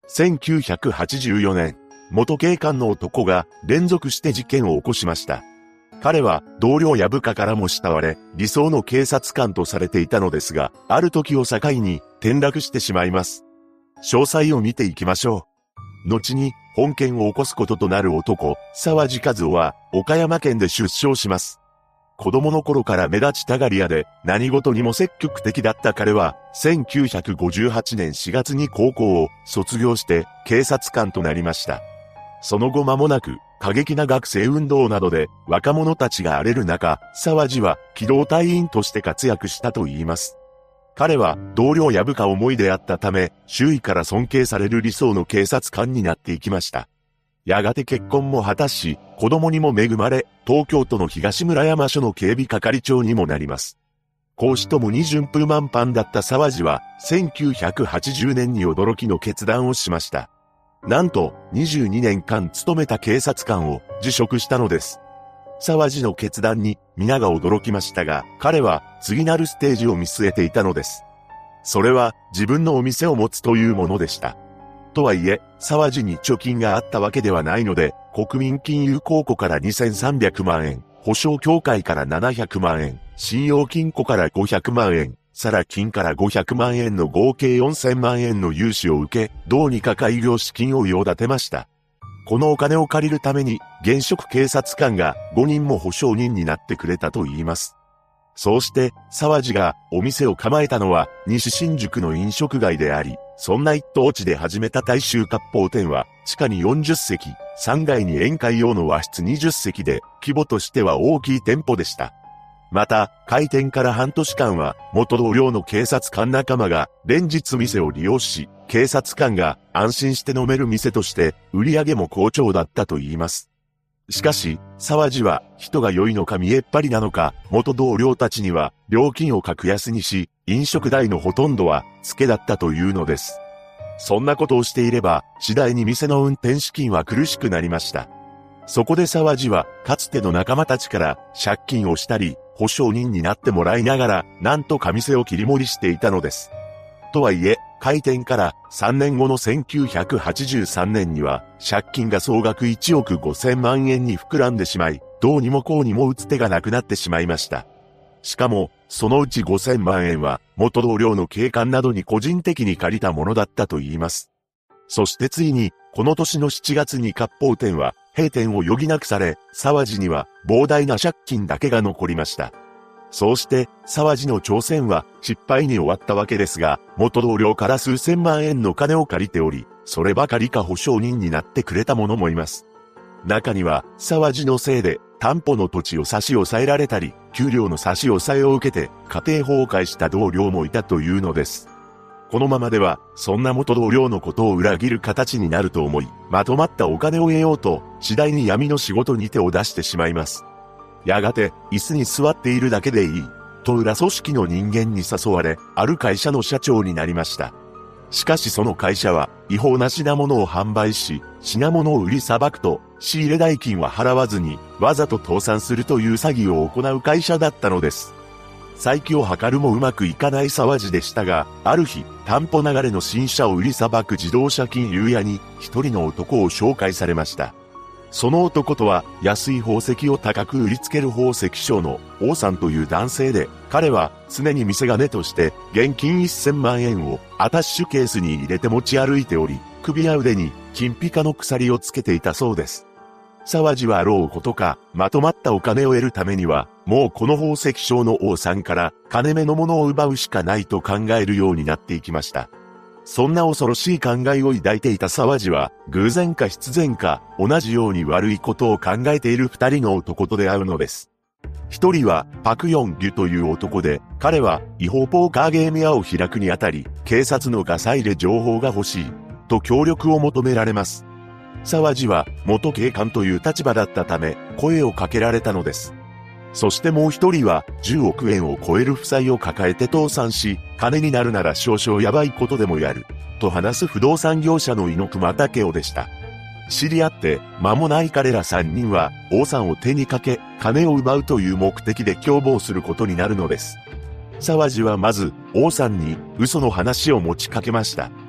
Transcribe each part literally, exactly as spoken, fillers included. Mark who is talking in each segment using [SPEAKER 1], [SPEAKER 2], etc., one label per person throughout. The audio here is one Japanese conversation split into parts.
[SPEAKER 1] せんきゅうひゃくはちじゅうよねん、元警官の男が連続して事件を起こしました。彼は同僚や部下からも慕われ、理想の警察官とされていたのですが、ある時を境に転落してしまいます。詳細を見ていきましょう。後に本件を起こすこととなる男、沢地和夫は岡山県で出生します。子供の頃から目立ちたがり屋で何事にも積極的だった彼はせんきゅうひゃくごじゅうはちねんしがつに高校を卒業して警察官となりました。その後間もなく過激な学生運動などで若者たちが荒れる中、沢地は機動隊員として活躍したといいます。彼は同僚や部下思いであったため、周囲から尊敬される理想の警察官になっていきました。やがて結婚も果たし、子供にも恵まれ、東京都の東村山署の警備係長にもなります。公私ともに順風満帆だった沢地は、せんきゅうひゃくはちじゅうねんに驚きの決断をしました。なんと、にじゅうにねんかん勤めた警察官を辞職したのです。沢地の決断に皆が驚きましたが、彼は次なるステージを見据えていたのです。それは自分のお店を持つというものでした。とはいえ、沢地に貯金があったわけではないので、国民金融公庫からにせんさんびゃくまんえん、保証協会からななひゃくまんえん、信用金庫からごひゃくまんえん、サラ金からごひゃくまんえんの合計よんせんまんえんの融資を受け、どうにか開業資金を用立てました。このお金を借りるために、現職警察官がごにんも保証人になってくれたと言います。そうして、沢地がお店を構えたのは西新宿の飲食街であり、そんな一等地で始めた大衆割烹店は、地下によんじゅっせき、さんがいに宴会用の和室にじゅっせきで、規模としては大きい店舗でした。また、開店から半年間は、元同僚の警察官仲間が連日店を利用し、警察官が安心して飲める店として、売り上げも好調だったと言います。しかし、沢地は人が良いのか見えっ張りなのか、元同僚たちには料金を格安にし、飲食代のほとんどは付けだったというのです。そんなことをしていれば、次第に店の運転資金は苦しくなりました。そこで沢地は、かつての仲間たちから借金をしたり、保証人になってもらいながら、なんとか店を切り盛りしていたのです。とはいえ、開店からさんねんごのせんきゅうひゃくはちじゅうさんねんには借金が総額いちおくごせんまんえんに膨らんでしまい、どうにもこうにも打つ手がなくなってしまいました。しかも、そのうちごせんまんえんは元同僚の警官などに個人的に借りたものだったと言います。そしてついに、この年のしちがつに割烹店は閉店を余儀なくされ、沢地には膨大な借金だけが残りました。そうして、沢地の挑戦は失敗に終わったわけですが、元同僚から数千万円の金を借りており、そればかりか保証人になってくれた者もいます。中には、沢地のせいで、担保の土地を差し押さえられたり、給料の差し押さえを受けて、家庭崩壊した同僚もいたというのです。このままでは、そんな元同僚のことを裏切る形になると思い、まとまったお金を得ようと、次第に闇の仕事に手を出してしまいます。やがて、椅子に座っているだけでいい、と裏組織の人間に誘われ、ある会社の社長になりました。しかしその会社は、違法な品物を販売し、品物を売りさばくと、仕入れ代金は払わずに、わざと倒産するという詐欺を行う会社だったのです。再起を図るもうまくいかない沢地でしたが、ある日、担保流れの新車を売りさばく自動車金融屋に、一人の男を紹介されました。その男とは安い宝石を高く売りつける宝石商の王さんという男性で、彼は常に見せ金として現金せんまんえんをアタッシュケースに入れて持ち歩いており、首や腕に金ピカの鎖をつけていたそうです。沢地はあろうことか、まとまったお金を得るためには、もうこの宝石商の王さんから金目のものを奪うしかないと考えるようになっていきました。そんな恐ろしい考えを抱いていた沢地は、偶然か必然か、同じように悪いことを考えている二人の男と出会うのです。一人は、パクヨンギュという男で、彼は、違法ポーカーゲーム屋を開くにあたり、警察のガサ入れ情報が欲しい、と協力を求められます。沢地は、元警官という立場だったため、声をかけられたのです。そしてもう一人はじゅうおくえんを超える負債を抱えて倒産し、金になるなら少々やばいことでもやる、と話す不動産業者の猪熊武雄でした。知り合って間もない彼ら三人は王さんを手にかけ、金を奪うという目的で共謀することになるのです。沢地はまず王さんに嘘の話を持ちかけました。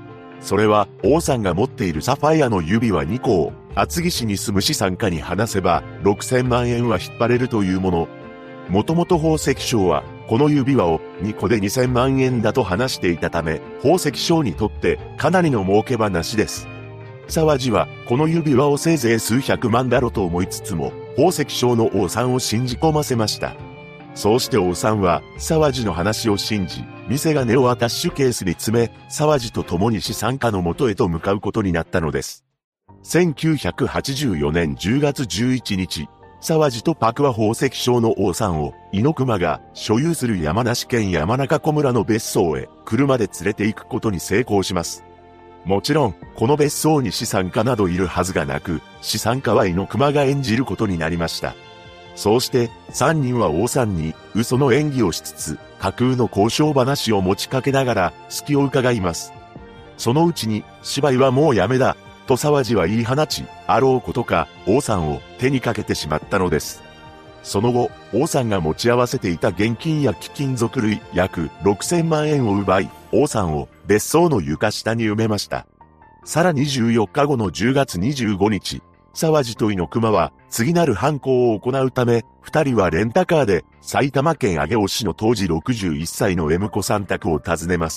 [SPEAKER 1] それは王さんが持っているサファイアの指輪にこを厚木市に住む資産家に話せばろくせんまんえんは引っ張れるというもの。もともと宝石商はこの指輪をにこでにせんまんえんだと話していたため、宝石商にとってかなりの儲け話です。沢地はこの指輪をせいぜい数百万だろうと思いつつも、宝石商の王さんを信じ込ませました。そうして王さんは沢地の話を信じ、店金をアタッシュケースに詰め、沢地と共に資産家の元へと向かうことになったのです。せんきゅうひゃくはちじゅうよねんじゅうがつじゅういちにち、沢地とパクは宝石商の王さんを猪熊が所有する山梨県山中湖村の別荘へ車で連れて行くことに成功します。もちろん、この別荘に資産家などいるはずがなく、資産家は猪熊が演じることになりました。そうして、三人は王さんに嘘の演技をしつつ、架空の交渉話を持ちかけながら、隙を伺います。そのうちに、芝居はもうやめだ、と沢地は言い放ち、あろうことか、王さんを手にかけてしまったのです。その後、王さんが持ち合わせていた現金や貴金属類約ろくせんまんえんを奪い、王さんを別荘の床下に埋めました。さらにじゅうよっかごのじゅうがつにじゅうごにち、沢地と猪熊は次なる犯行を行うため、二人はレンタカーで埼玉県上尾市の当時ろくじゅういっさいの M 子さん宅を訪ねます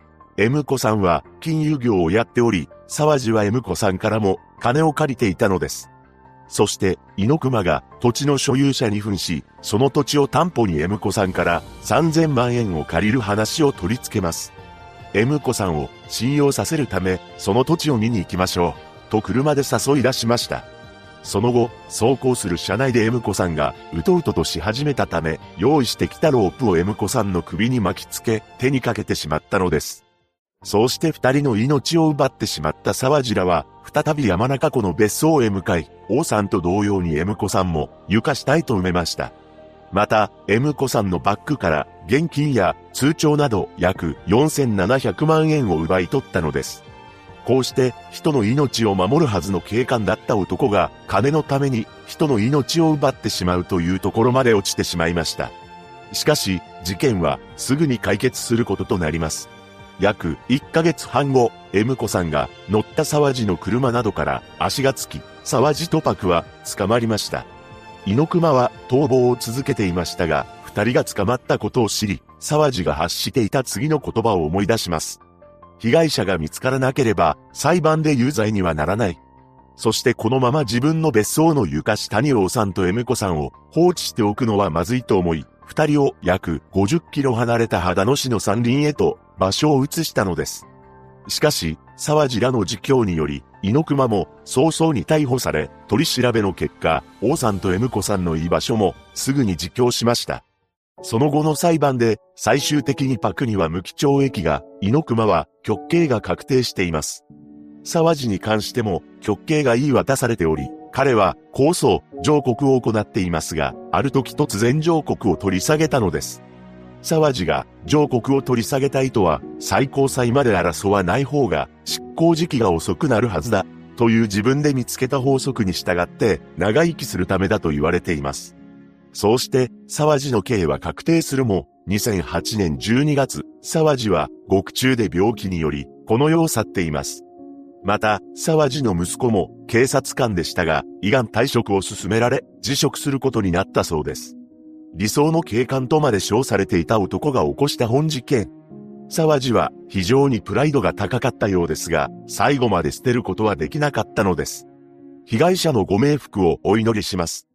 [SPEAKER 1] 。M 子さんは金融業をやっており、沢地は M 子さんからも金を借りていたのです。そして、猪熊が土地の所有者に扮し、その土地を担保に M 子さんからさんぜんまんえんを借りる話を取り付けます。M 子さんを信用させるため、その土地を見に行きましょう、と車で誘い出しました。その後、走行する車内で M 子さんがうとうととし始めたため、用意してきたロープを M 子さんの首に巻きつけ、手にかけてしまったのです。そうして二人の命を奪ってしまった沢地らは、再び山中湖の別荘へ向かい、王さんと同様に M 子さんも床下へと埋めました。また、M 子さんのバッグから現金や通帳など約よんせんななひゃくまんえんを奪い取ったのです。こうして人の命を守るはずの警官だった男が金のために人の命を奪ってしまうというところまで落ちてしまいました。しかし、事件はすぐに解決することとなります。約いっかげつはんご、M 子さんが乗った沢地の車などから足がつき、沢地とパクは捕まりました。猪熊は逃亡を続けていましたが、二人が捕まったことを知り、沢地が発していた次の言葉を思い出します。被害者が見つからなければ裁判で有罪にはならない。そしてこのまま自分の別荘の床下に王さんと M 子さんを放置しておくのはまずいと思い、二人を約ごじゅっキロ離れた秦野市の山林へと場所を移したのです。しかし、沢地らの自供により、猪熊も早々に逮捕され、取り調べの結果、王さんと M 子さんの居場所もすぐに自供しました。その後の裁判で、最終的にパクには無期懲役が、猪熊は極刑が確定しています。沢地に関しても極刑が言い渡されており、彼は控訴、上告を行っていますが、ある時突然上告を取り下げたのです。沢地が上告を取り下げた意図は、最高裁まで争わない方が執行時期が遅くなるはずだ、という自分で見つけた法則に従って長生きするためだと言われています。そうして沢地の刑は確定するも、にせんはちねんじゅうにがつ、沢地は獄中で病気によりこの世を去っています。また、沢地の息子も警察官でしたが、依願退職を勧められ辞職することになったそうです。理想の警官とまで称されていた男が起こした本事件。沢地は非常にプライドが高かったようですが、最後まで捨てることはできなかったのです。被害者のご冥福をお祈りします。